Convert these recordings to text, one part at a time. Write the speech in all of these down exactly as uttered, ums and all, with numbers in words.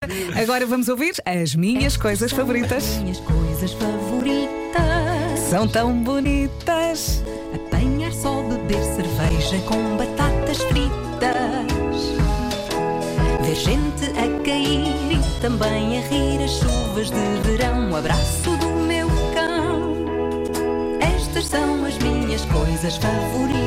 Agora vamos ouvir as minhas coisas favoritas. As minhas coisas favoritas São tão bonitas. apanhar só, beber cerveja com batatas fritas, ver gente a cair e também a rir as chuvas de verão. O abraço do meu cão. Estas são as minhas coisas favoritas.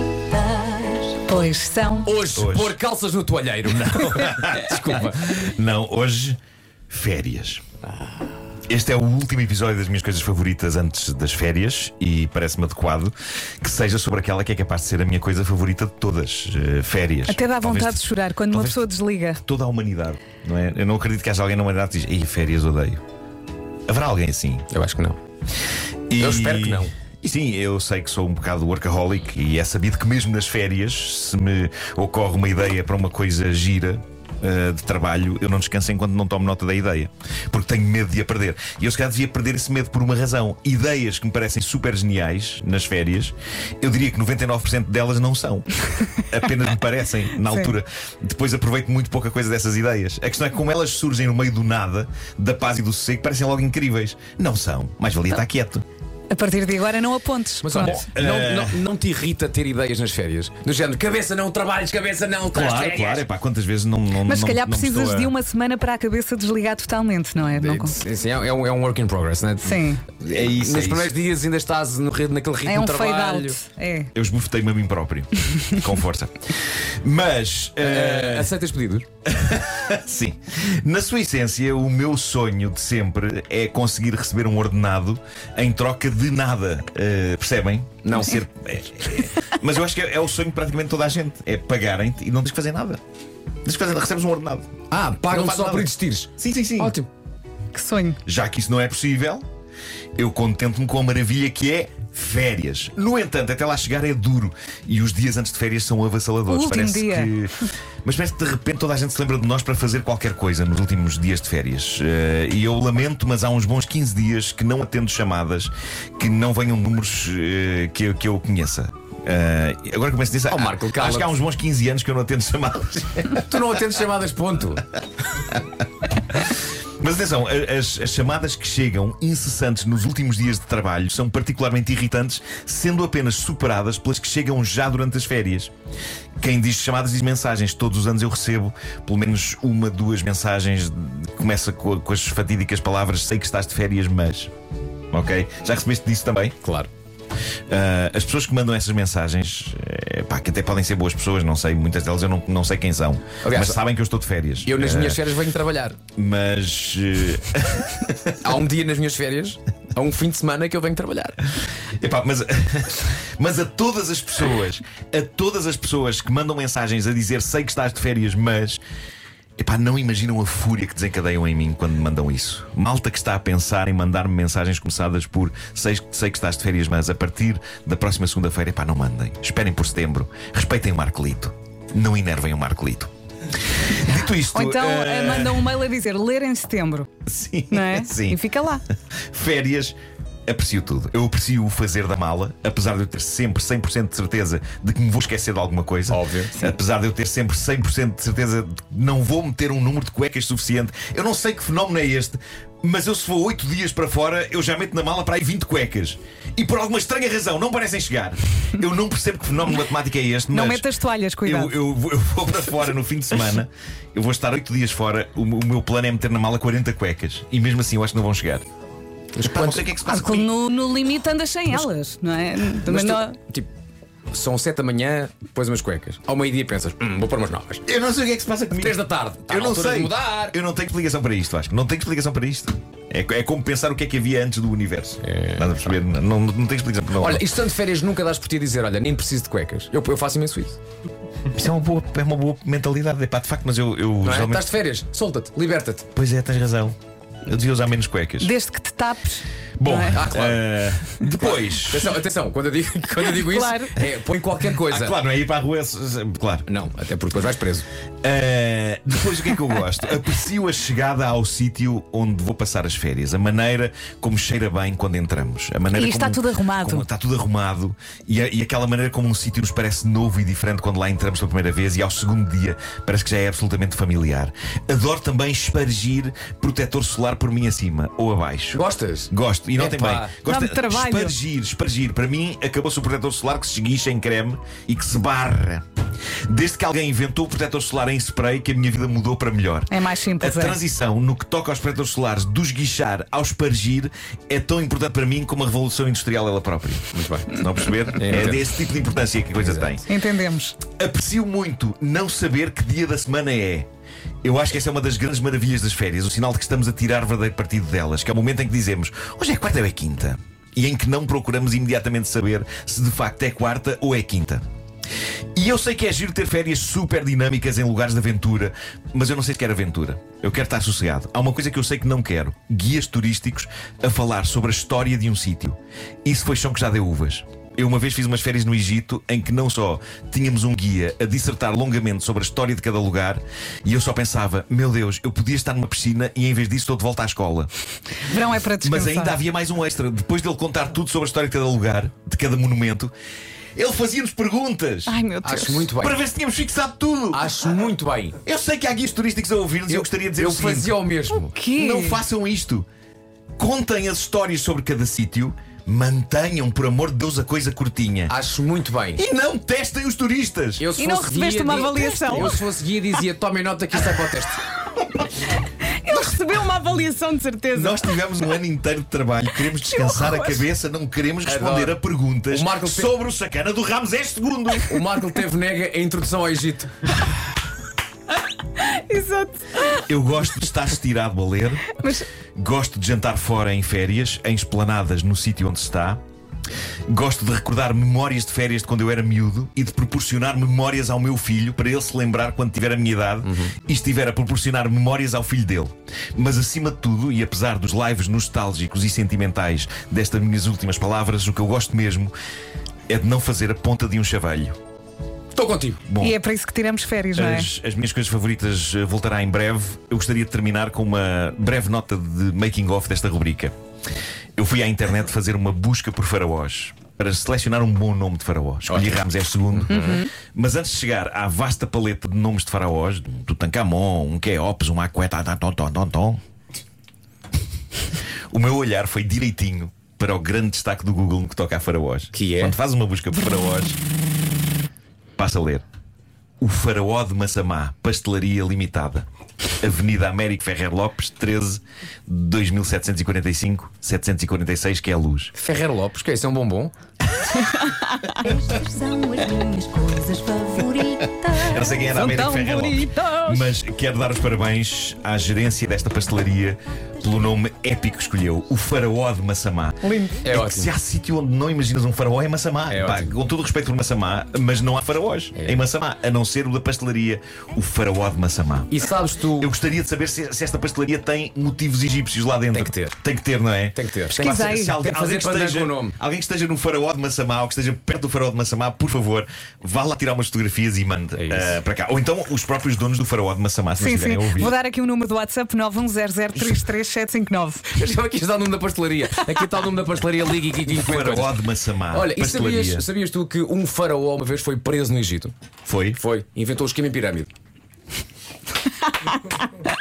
Pois são. Hoje, Hoje. pôr calças no toalheiro. Não. Desculpa. Não, hoje, férias. Este é o último episódio das minhas coisas favoritas antes das férias e parece-me adequado que seja sobre aquela que é capaz de ser a minha coisa favorita de todas, uh, férias. Até dá vontade Talvez de chorar quando uma talvez pessoa desliga. toda a humanidade, não é? Eu não acredito que haja alguém na humanidade que diz: ei, férias odeio. Haverá alguém assim? Eu acho que não. E... Eu espero que não. E sim, eu sei que sou um bocado workaholic e é sabido que mesmo nas férias, se me ocorre uma ideia para uma coisa gira uh, de trabalho, eu não descanso enquanto não tomo nota da ideia, porque tenho medo de a perder. E eu se calhar devia perder esse medo por uma razão. Ideias que me parecem super geniais nas férias, eu diria que noventa e nove por cento delas não são. Apenas me parecem na altura. Depois aproveito muito pouca coisa dessas ideias. A questão é que como elas surgem no meio do nada, da paz e do sossego, parecem logo incríveis. Não são, mais valia estar quieto. A partir de agora não apontes. Mas Pronto. olha, não, não, não te irrita ter ideias nas férias? Do género, cabeça não trabalhas, cabeça não, estás Claro, férias. claro, é pá, quantas vezes não. não Mas se não, calhar não me precisas estou a- de uma semana para a cabeça desligar totalmente, não é? Não con- Sim, sim, é, um, é um work in progress, não é? Sim. É isso. Nos é primeiros isso. dias ainda estás no, ri- naquele ritmo É um de fade trabalho. out. É. Eu esbofetei-me a mim próprio, com força. Mas, Eh, eh, aceitas pedidos? sim, na sua essência, o meu sonho de sempre é conseguir receber um ordenado em troca de nada. Eh, percebem? Não. Ser, é- é- mas eu acho que é, é o sonho de praticamente toda a gente: é pagarem-te e não tens que fazer nada. Tens que fazer, recebes um ordenado. Ah, Não pagam faz só nada. por existires. Sim, sim, sim. Ótimo. Que sonho. Já que isso não é possível, eu contento-me com a maravilha que é férias. No entanto, até lá chegar é duro. E os dias antes de férias são avassaladores. O último Parece dia. que... Mas parece que de repente toda a gente se lembra de nós para fazer qualquer coisa nos últimos dias de férias. Eh, e eu lamento, mas há uns bons quinze dias que não atendo chamadas, que não venham números eh, que, eu- que eu conheça. Eh, agora começo a dizer, Oh, Marco, ah, cala-te. acho que há uns bons quinze anos que eu não atendo chamadas. Tu não atendes chamadas, ponto. Mas atenção, a- as, as chamadas que chegam incessantes nos últimos dias de trabalho são particularmente irritantes, sendo apenas superadas pelas que chegam já durante as férias. Quem diz chamadas diz mensagens. Todos os anos eu recebo pelo menos uma, duas mensagens. de- Começa com, com as fatídicas palavras: sei que estás de férias, mas. Ok? Já recebeste disso também? Claro. Ah, as pessoas que mandam essas mensagens, eh, pá, que até podem ser boas pessoas, não sei, muitas delas eu não, não sei quem são, Aliás, mas sabem que eu estou de férias. Eu nas Ah, minhas férias venho trabalhar. Mas. eh, Há um dia nas minhas férias, há um fim de semana que eu venho trabalhar. Epá, mas, mas a todas as pessoas, a todas as pessoas que mandam mensagens a dizer sei que estás de férias, mas epá, não imaginam a fúria que desencadeiam em mim quando me mandam isso. Malta que está a pensar em mandar-me mensagens começadas por sei, sei que estás de férias, mas a partir da próxima segunda-feira, epá, não mandem. Esperem por setembro. Respeitem o Marcolito. Não enervem o Marcolito. Dito isto, Ou então eh, eh, manda um mail a dizer ler em setembro, sim, não é? sim. E fica lá. Férias, aprecio tudo. Eu aprecio o fazer da mala, apesar de eu ter sempre cem por cento de certeza de que me vou esquecer de alguma coisa. Óbvio. Apesar de eu ter sempre cem por cento de certeza de que não vou meter um número de cuecas suficiente. Eu não sei que fenómeno é este, mas eu se vou oito dias para fora, eu já meto na mala para aí vinte cuecas. E por alguma estranha razão não parecem chegar. Eu não percebo que fenómeno matemático é este, Não mas metas toalhas, cuidado. eu, eu, vou- eu vou para fora no fim de semana. Eu vou estar oito dias fora. O, o meu plano é meter na mala quarenta cuecas. E mesmo assim eu acho que não vão chegar. Mas Pá, não sei o que é que se Ah, passa como comigo. no, no limite andas sem elas, não é? Mas Também tu, não... tipo, são sete da manhã, depois umas cuecas. Ao meio-dia pensas, hum, vou pôr umas novas. Eu não sei o que é que se passa comigo. Três da tarde, está Eu na não altura sei. de mudar. Eu não tenho explicação para isto, acho que não tenho explicação para isto. É, é como pensar o que é que havia antes do universo. É. Estás a perceber? Não, não, não tenho explicação para não. Olha, isto tanto de férias nunca dás por ti a dizer, olha, nem preciso de cuecas. Eu, eu faço imenso isso. Isso é uma boa, é uma boa mentalidade. Epá, de facto, mas eu, eu Não é? geralmente. Estás de férias, solta-te, liberta-te. Pois é, tens razão. Eu devia usar menos cuecas. Desde que te tapes. Bom, não é? Ah, claro. eh, depois. Atenção, atenção, quando eu digo, quando eu digo isso, Claro. é, põe qualquer coisa. Ah, claro, não é ir para a rua. Claro. Não, até porque depois vais preso. Uh, depois o que é que eu gosto? Aprecio a chegada ao sítio onde vou passar as férias. A maneira como cheira bem quando entramos. A maneira E está como, tudo arrumado. como está tudo arrumado. E, a- e aquela maneira como um sítio nos parece novo e diferente quando lá entramos pela primeira vez. E ao segundo dia parece que já é absolutamente familiar. Adoro também espargir protetor solar por mim acima ou abaixo. Gostas? Gosto, e notem Epá. bem. Gosto Dá-me trabalho. Espargir, espargir. Para mim, acabou-se o protetor solar que se esguicha em creme e que se barra. Desde que alguém inventou o protetor solar em spray, que a minha vida mudou para melhor. É mais simples, A é. transição no que toca aos protetores solares do esguichar ao espargir é tão importante para mim como a revolução industrial ela própria. Muito bem. Se não perceber? É, É entendo. desse tipo de importância que a coisa tem. Entendemos. Aprecio muito não saber que dia da semana é. Eu acho que essa é uma das grandes maravilhas das férias, o sinal de que estamos a tirar verdadeiro partido delas, que é o momento em que dizemos hoje é quarta ou é quinta, e em que não procuramos imediatamente saber se de facto é quarta ou é quinta. E eu sei que é giro ter férias super dinâmicas em lugares de aventura, mas eu não sei se quero aventura. Eu quero estar sossegado. Há uma coisa que eu sei que não quero: guias turísticos a falar sobre a história de um sítio. Isso foi chão que já deu uvas. Eu uma vez fiz umas férias no Egito em que não só tínhamos um guia a dissertar longamente sobre a história de cada lugar, e eu só pensava, meu Deus, eu podia estar numa piscina e em vez disso estou de volta à escola. Verão é para descansar. Mas ainda havia mais um extra. Depois dele contar tudo sobre a história de cada lugar, de cada monumento, ele fazia-nos perguntas Ai, meu Deus. Acho muito bem. para ver se tínhamos fixado tudo. Acho muito bem. Eu sei que há guias turísticos a ouvir-nos e eu gostaria de dizer Eu o seguinte: fazia o mesmo. Que? não façam isto. Contem as histórias sobre cada sítio. Mantenham, por amor de Deus, a coisa curtinha. Acho muito bem. E não testem os turistas. Eu, se E não fosse recebeste guia, uma di- avaliação? Eu, se fosse guia, dizia: tomem nota que isto é para o teste. Ele recebeu uma avaliação de certeza. Nós tivemos um ano inteiro de trabalho. Queremos descansar a cabeça, não queremos responder Adoro. a perguntas O Marco te- sobre o sacana do Ramsés segundo. O Marco teve nega a introdução ao Egito. Exato. Eu gosto de estar estirado a ler. Mas Gosto de jantar fora em férias, em esplanadas no sítio onde se está. Gosto de recordar memórias de férias de quando eu era miúdo e de proporcionar memórias ao meu filho para ele se lembrar quando tiver a minha idade e estiver a proporcionar memórias ao filho dele. Mas acima de tudo, e apesar dos lives nostálgicos e sentimentais destas minhas últimas palavras, o que eu gosto mesmo é de não fazer a ponta de um chaveiro. Estou contigo. Bom, e é para isso que tiramos férias, não é? as, as minhas coisas favoritas eh, voltará em breve. Eu gostaria de terminar com uma breve nota de making of desta rubrica. Eu fui à internet fazer uma busca por faraós para selecionar um bom nome de faraó. Escolhi Ótimo. Ramsés segundo. Mas antes de chegar à vasta paleta de nomes de faraós, um Tutankhamon, um Quéops, um Aqueta, o meu olhar foi direitinho para o grande destaque do Google no que toca a faraós. Que é? Quando faz uma busca por faraós, passa a ler: o Faraó de Massamá, Pastelaria Limitada, Avenida Américo Ferrer Lopes, treze, dois mil setecentos e quarenta e cinco, setecentos e quarenta e seis, que é a luz. Ferreiro Lopes, que é isso? É um bombom? Estas são as minhas coisas favoritas. Eu não sei quem era São Américo tão Ferrer Lopes, bonitas. mas quero dar os parabéns à gerência desta pastelaria pelo nome épico que escolheu: o Faraó de Massamá. Lindo. É que ótimo. se há sítio onde não imaginas um faraó é Massamá. É Pá, ótimo. com todo o respeito por Massamá, mas não há faraós É. em Massamá, a não ser o da pastelaria, o Faraó de Massamá. E sabes tu. Eu gostaria de saber se, se esta pastelaria tem motivos egípcios lá dentro. Tem que ter. Tem que ter, não é? Tem que ter. Pesquisei. Tem que Se, se alguém, Tem que fazer alguém, que pandan esteja, com o nome. alguém que esteja no Faraó de Massamá ou que esteja perto do Faraó de Massamá, por favor, vá lá tirar umas fotografias e mande É isso. eh, para cá. Ou então os próprios donos do Faraó de Massamá, se Sim, nos sim. estiverem a ouvir. Vou dar aqui o número do WhatsApp nove um zero zero três três sete cinco nove. Eu já aqui está o nome da pastelaria. Aqui está o nome da pastelaria. Ligue e que Faraó de Massamá. Olha, e pastelaria. sabias, sabias tu que um faraó uma vez foi preso no Egito? Foi? Foi. Inventou o esquema em pirâmide.